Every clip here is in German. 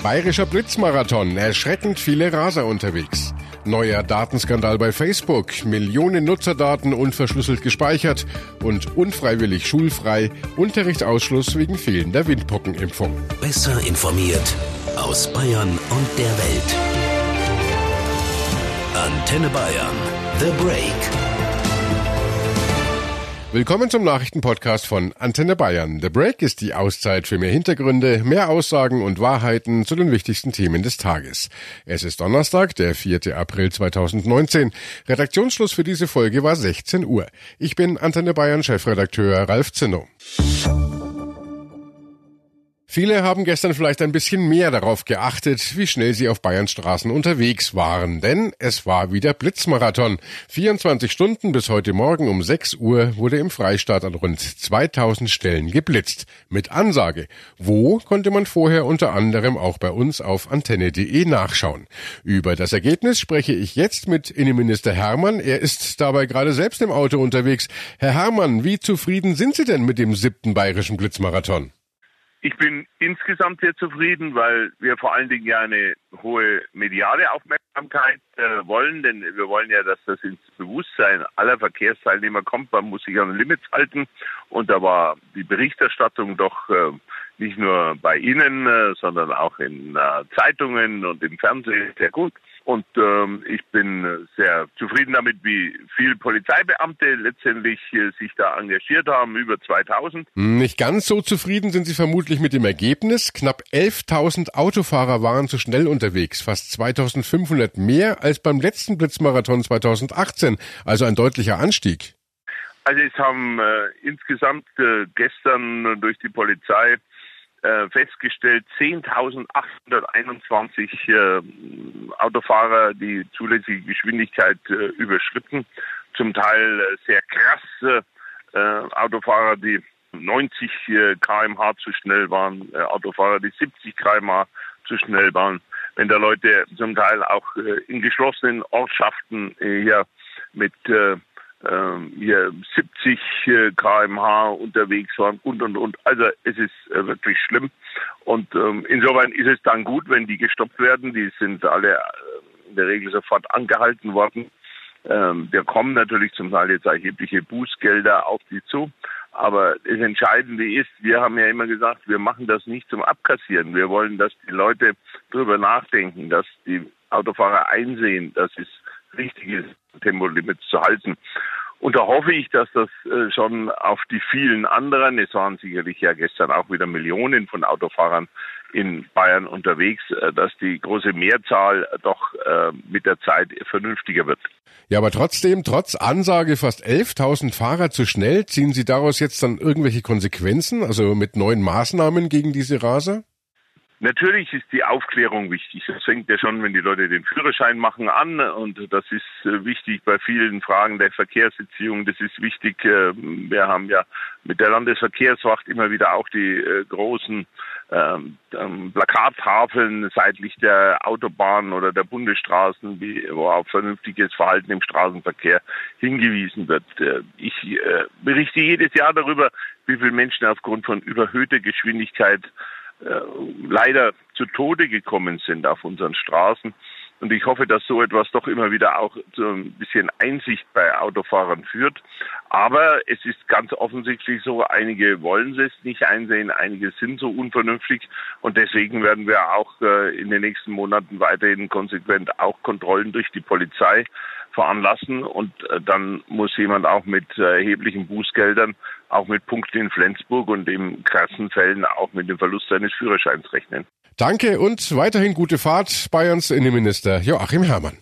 Bayerischer Blitzmarathon, erschreckend viele Raser unterwegs. Neuer Datenskandal bei Facebook, Millionen Nutzerdaten unverschlüsselt gespeichert und unfreiwillig schulfrei, Unterrichtsausschluss wegen fehlender Windpockenimpfung. Besser informiert aus Bayern und der Welt. Antenne Bayern, The Break. Willkommen zum Nachrichtenpodcast von Antenne Bayern. The Break ist die Auszeit für mehr Hintergründe, mehr Aussagen und Wahrheiten zu den wichtigsten Themen des Tages. Es ist Donnerstag, der 4. April 2019. Redaktionsschluss für diese Folge war 16 Uhr. Ich bin Antenne Bayern Chefredakteur Ralf Zinnow. Viele haben gestern vielleicht ein bisschen mehr darauf geachtet, wie schnell sie auf Bayerns Straßen unterwegs waren, denn es war wieder Blitzmarathon. 24 Stunden bis heute Morgen um 6 Uhr wurde im Freistaat an rund 2000 Stellen geblitzt. Mit Ansage. Wo konnte man vorher unter anderem auch bei uns auf antenne.de nachschauen. Über das Ergebnis spreche ich jetzt mit Innenminister Hermann. Er ist dabei gerade selbst im Auto unterwegs. Herr Hermann, wie zufrieden sind Sie denn mit dem 7. Bayerischen Blitzmarathon? Ich bin insgesamt sehr zufrieden, weil wir vor allen Dingen ja eine hohe mediale Aufmerksamkeit wollen, denn wir wollen ja, dass das ins Bewusstsein aller Verkehrsteilnehmer kommt. Man muss sich an Limits halten und da war die Berichterstattung doch nicht nur bei Ihnen, sondern auch in Zeitungen und im Fernsehen sehr gut. Und ich bin sehr zufrieden damit, wie viele Polizeibeamte letztendlich sich da engagiert haben, über 2000. Nicht ganz so zufrieden sind Sie vermutlich mit dem Ergebnis. Knapp 11.000 Autofahrer waren zu schnell unterwegs, fast 2.500 mehr als beim letzten Blitzmarathon 2018, also ein deutlicher Anstieg. Also es haben insgesamt gestern durch die Polizei festgestellt, 10.821 Autofahrer die zulässige Geschwindigkeit überschritten. Zum Teil sehr krass Autofahrer, die 90 km/h zu schnell waren, Autofahrer, die 70 km/h zu schnell waren. Wenn da Leute zum Teil auch in geschlossenen Ortschaften hier mit 70 km/h unterwegs waren und. Also es ist wirklich schlimm. Und insofern ist es dann gut, wenn die gestoppt werden. Die sind alle in der Regel sofort angehalten worden. Wir kommen natürlich zum Teil jetzt erhebliche Bußgelder auf die zu. Aber das Entscheidende ist, wir haben ja immer gesagt, wir machen das nicht zum Abkassieren. Wir wollen, dass die Leute drüber nachdenken, dass die Autofahrer einsehen, dass es richtig ist, Tempolimits zu halten. Und da hoffe ich, dass das schon auf die vielen anderen, es waren sicherlich ja gestern auch wieder Millionen von Autofahrern in Bayern unterwegs, dass die große Mehrzahl doch mit der Zeit vernünftiger wird. Ja, aber trotzdem, trotz Ansage fast 11.000 Fahrer zu schnell, ziehen Sie daraus jetzt dann irgendwelche Konsequenzen, also mit neuen Maßnahmen gegen diese Raser? Natürlich ist die Aufklärung wichtig. Das fängt ja schon, wenn die Leute den Führerschein machen, an. Und das ist wichtig bei vielen Fragen der Verkehrserziehung. Das ist wichtig. Wir haben ja mit der Landesverkehrswacht immer wieder auch die großen Plakattafeln seitlich der Autobahn oder der Bundesstraßen, wo auf vernünftiges Verhalten im Straßenverkehr hingewiesen wird. Ich berichte jedes Jahr darüber, wie viele Menschen aufgrund von überhöhter Geschwindigkeit leider zu Tode gekommen sind auf unseren Straßen. Und ich hoffe, dass so etwas doch immer wieder auch so ein bisschen Einsicht bei Autofahrern führt. Aber es ist ganz offensichtlich so, einige wollen es nicht einsehen, einige sind so unvernünftig. Und deswegen werden wir auch in den nächsten Monaten weiterhin konsequent auch Kontrollen durch die Polizei veranlassen. Und dann muss jemand auch mit erheblichen Bußgeldern, auch mit Punkten in Flensburg und in krassen Fällen auch mit dem Verlust seines Führerscheins rechnen. Danke und weiterhin gute Fahrt, Bayerns Innenminister Joachim Herrmann.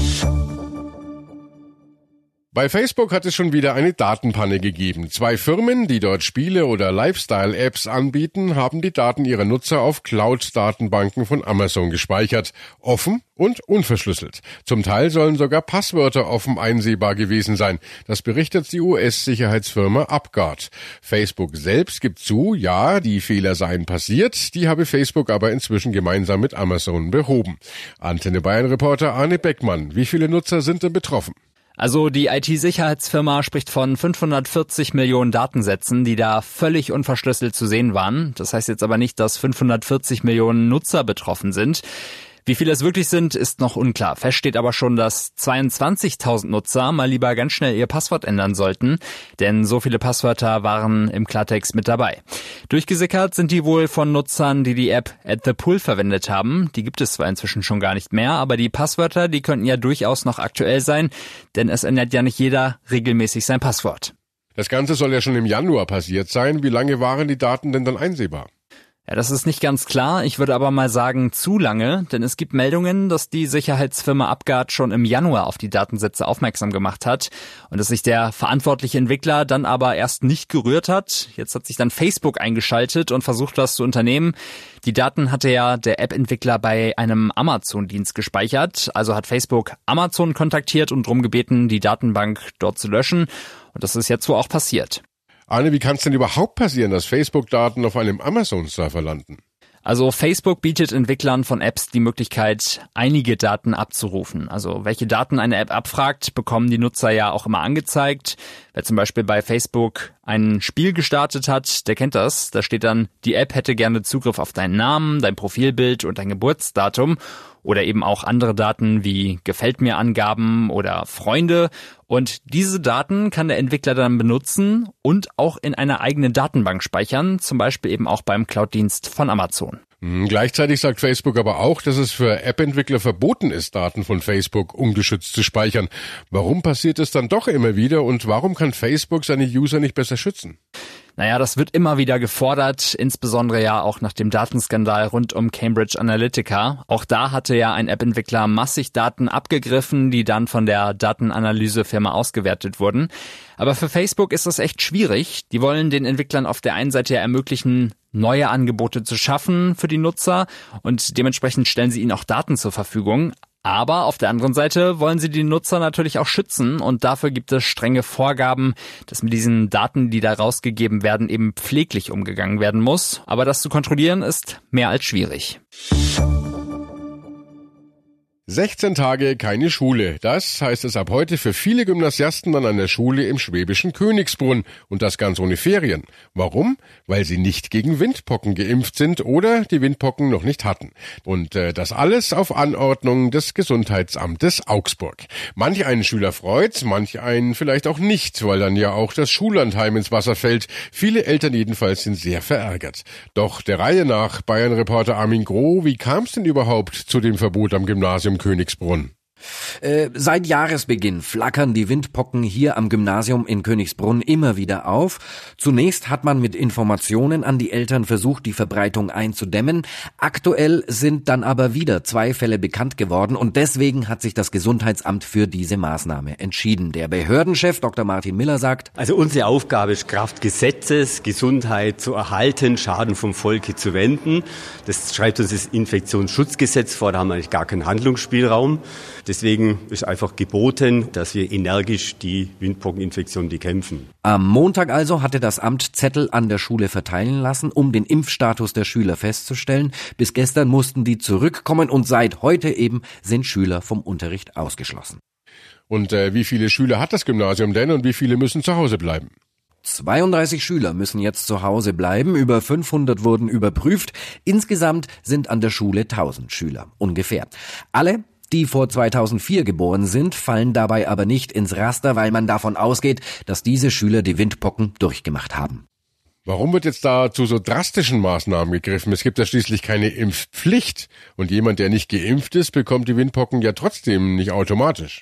Bei Facebook hat es schon wieder eine Datenpanne gegeben. 2 Firmen, die dort Spiele oder Lifestyle-Apps anbieten, haben die Daten ihrer Nutzer auf Cloud-Datenbanken von Amazon gespeichert. Offen und unverschlüsselt. Zum Teil sollen sogar Passwörter offen einsehbar gewesen sein. Das berichtet die US-Sicherheitsfirma UpGuard. Facebook selbst gibt zu, ja, die Fehler seien passiert. Die habe Facebook aber inzwischen gemeinsam mit Amazon behoben. Antenne Bayern-Reporter Arne Beckmann. Wie viele Nutzer sind denn betroffen? Also die IT-Sicherheitsfirma spricht von 540 Millionen Datensätzen, die da völlig unverschlüsselt zu sehen waren. Das heißt jetzt aber nicht, dass 540 Millionen Nutzer betroffen sind. Wie viele es wirklich sind, ist noch unklar. Fest steht aber schon, dass 22.000 Nutzer mal lieber ganz schnell ihr Passwort ändern sollten, denn so viele Passwörter waren im Klartext mit dabei. Durchgesickert sind die wohl von Nutzern, die die App At the Pool verwendet haben. Die gibt es zwar inzwischen schon gar nicht mehr, aber die Passwörter, die könnten ja durchaus noch aktuell sein, denn es ändert ja nicht jeder regelmäßig sein Passwort. Das Ganze soll ja schon im Januar passiert sein. Wie lange waren die Daten denn dann einsehbar? Ja, das ist nicht ganz klar. Ich würde aber mal sagen, zu lange, denn es gibt Meldungen, dass die Sicherheitsfirma UpGuard schon im Januar auf die Datensätze aufmerksam gemacht hat und dass sich der verantwortliche Entwickler dann aber erst nicht gerührt hat. Jetzt hat sich dann Facebook eingeschaltet und versucht, was zu unternehmen. Die Daten hatte ja der App-Entwickler bei einem Amazon-Dienst gespeichert. Also hat Facebook Amazon kontaktiert und darum gebeten, die Datenbank dort zu löschen. Und das ist jetzt wohl auch passiert. Arne, wie kann es denn überhaupt passieren, dass Facebook-Daten auf einem Amazon-Server landen? Also Facebook bietet Entwicklern von Apps die Möglichkeit, einige Daten abzurufen. Also welche Daten eine App abfragt, bekommen die Nutzer ja auch immer angezeigt. Wer zum Beispiel bei Facebook ein Spiel gestartet hat, der kennt das. Da steht dann, die App hätte gerne Zugriff auf deinen Namen, dein Profilbild und dein Geburtsdatum. Oder eben auch andere Daten wie Gefällt mir Angaben oder Freunde. Und diese Daten kann der Entwickler dann benutzen und auch in einer eigenen Datenbank speichern, zum Beispiel eben auch beim Cloud-Dienst von Amazon. Gleichzeitig sagt Facebook aber auch, dass es für App-Entwickler verboten ist, Daten von Facebook ungeschützt zu speichern. Warum passiert es dann doch immer wieder und warum kann Facebook seine User nicht besser schützen? Naja, das wird immer wieder gefordert, insbesondere ja auch nach dem Datenskandal rund um Cambridge Analytica. Auch da hatte ja ein App-Entwickler massig Daten abgegriffen, die dann von der Datenanalysefirma ausgewertet wurden. Aber für Facebook ist das echt schwierig. Die wollen den Entwicklern auf der einen Seite ja ermöglichen, neue Angebote zu schaffen für die Nutzer und dementsprechend stellen sie ihnen auch Daten zur Verfügung. Aber auf der anderen Seite wollen sie die Nutzer natürlich auch schützen und dafür gibt es strenge Vorgaben, dass mit diesen Daten, die da rausgegeben werden, eben pfleglich umgegangen werden muss. Aber das zu kontrollieren ist mehr als schwierig. 16 Tage keine Schule. Das heißt es ab heute für viele Gymnasiasten an einer Schule im schwäbischen Königsbrunn. Und das ganz ohne Ferien. Warum? Weil sie nicht gegen Windpocken geimpft sind oder die Windpocken noch nicht hatten. Und das alles auf Anordnung des Gesundheitsamtes Augsburg. Manch einen Schüler freut's, manch einen vielleicht auch nicht, weil dann ja auch das Schullandheim ins Wasser fällt. Viele Eltern jedenfalls sind sehr verärgert. Doch der Reihe nach, Bayern-Reporter Armin Groh, wie kam's denn überhaupt zu dem Verbot am Gymnasium Königsbrunn? Seit Jahresbeginn flackern die Windpocken hier am Gymnasium in Königsbrunn immer wieder auf. Zunächst hat man mit Informationen an die Eltern versucht, die Verbreitung einzudämmen. Aktuell sind dann aber wieder 2 Fälle bekannt geworden und deswegen hat sich das Gesundheitsamt für diese Maßnahme entschieden. Der Behördenchef Dr. Martin Miller sagt: Also unsere Aufgabe ist, Kraft Gesetzes Gesundheit zu erhalten, Schaden vom Volke zu wenden. Das schreibt uns das Infektionsschutzgesetz vor, da haben wir eigentlich gar keinen Handlungsspielraum. Deswegen ist einfach geboten, dass wir energisch die Windpockeninfektion bekämpfen. Am Montag also hatte das Amt Zettel an der Schule verteilen lassen, um den Impfstatus der Schüler festzustellen. Bis gestern mussten die zurückkommen und seit heute eben sind Schüler vom Unterricht ausgeschlossen. Und wie viele Schüler hat das Gymnasium denn und wie viele müssen zu Hause bleiben? 32 Schüler müssen jetzt zu Hause bleiben, über 500 wurden überprüft. Insgesamt sind an der Schule 1000 Schüler, ungefähr. Alle, die vor 2004 geboren sind, fallen dabei aber nicht ins Raster, weil man davon ausgeht, dass diese Schüler die Windpocken durchgemacht haben. Warum wird jetzt da zu so drastischen Maßnahmen gegriffen? Es gibt ja schließlich keine Impfpflicht und jemand, der nicht geimpft ist, bekommt die Windpocken ja trotzdem nicht automatisch.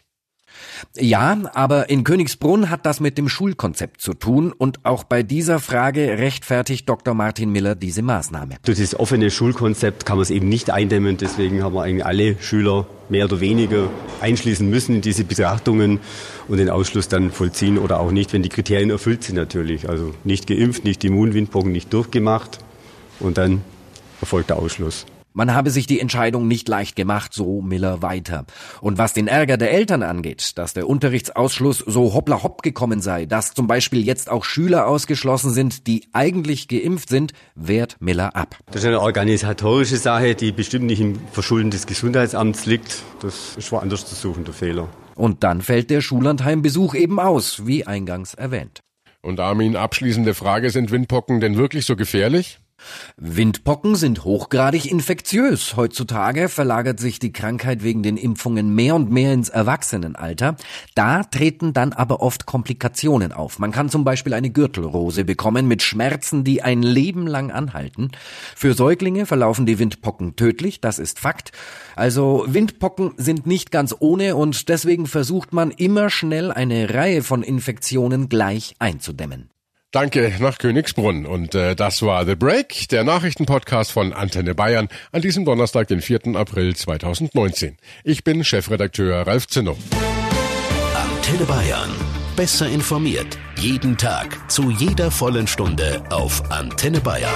Ja, aber in Königsbrunn hat das mit dem Schulkonzept zu tun und auch bei dieser Frage rechtfertigt Dr. Martin Miller diese Maßnahme. Durch das offene Schulkonzept kann man es eben nicht eindämmen, deswegen haben wir eigentlich alle Schüler mehr oder weniger einschließen müssen in diese Betrachtungen und den Ausschluss dann vollziehen oder auch nicht, wenn die Kriterien erfüllt sind natürlich. Also nicht geimpft, nicht immun, Windpocken nicht durchgemacht und dann erfolgt der Ausschluss. Man habe sich die Entscheidung nicht leicht gemacht, so Miller weiter. Und was den Ärger der Eltern angeht, dass der Unterrichtsausschluss so hoppla hopp gekommen sei, dass zum Beispiel jetzt auch Schüler ausgeschlossen sind, die eigentlich geimpft sind, wehrt Miller ab. Das ist eine organisatorische Sache, die bestimmt nicht im Verschulden des Gesundheitsamts liegt. Das ist woanders zu suchen, der Fehler. Und dann fällt der Schullandheimbesuch eben aus, wie eingangs erwähnt. Und Armin, abschließende Frage, sind Windpocken denn wirklich so gefährlich? Windpocken sind hochgradig infektiös. Heutzutage verlagert sich die Krankheit wegen den Impfungen mehr und mehr ins Erwachsenenalter. Da treten dann aber oft Komplikationen auf. Man kann zum Beispiel eine Gürtelrose bekommen mit Schmerzen, die ein Leben lang anhalten. Für Säuglinge verlaufen die Windpocken tödlich, das ist Fakt. Also Windpocken sind nicht ganz ohne und deswegen versucht man immer schnell eine Reihe von Infektionen gleich einzudämmen. Danke nach Königsbrunn. Und das war The Break, der Nachrichtenpodcast von Antenne Bayern an diesem Donnerstag, den 4. April 2019. Ich bin Chefredakteur Ralf Zinnow. Antenne Bayern. Besser informiert. Jeden Tag. Zu jeder vollen Stunde auf Antenne Bayern.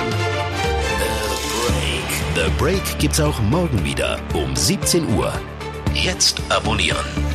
The Break gibt's auch morgen wieder um 17 Uhr. Jetzt abonnieren.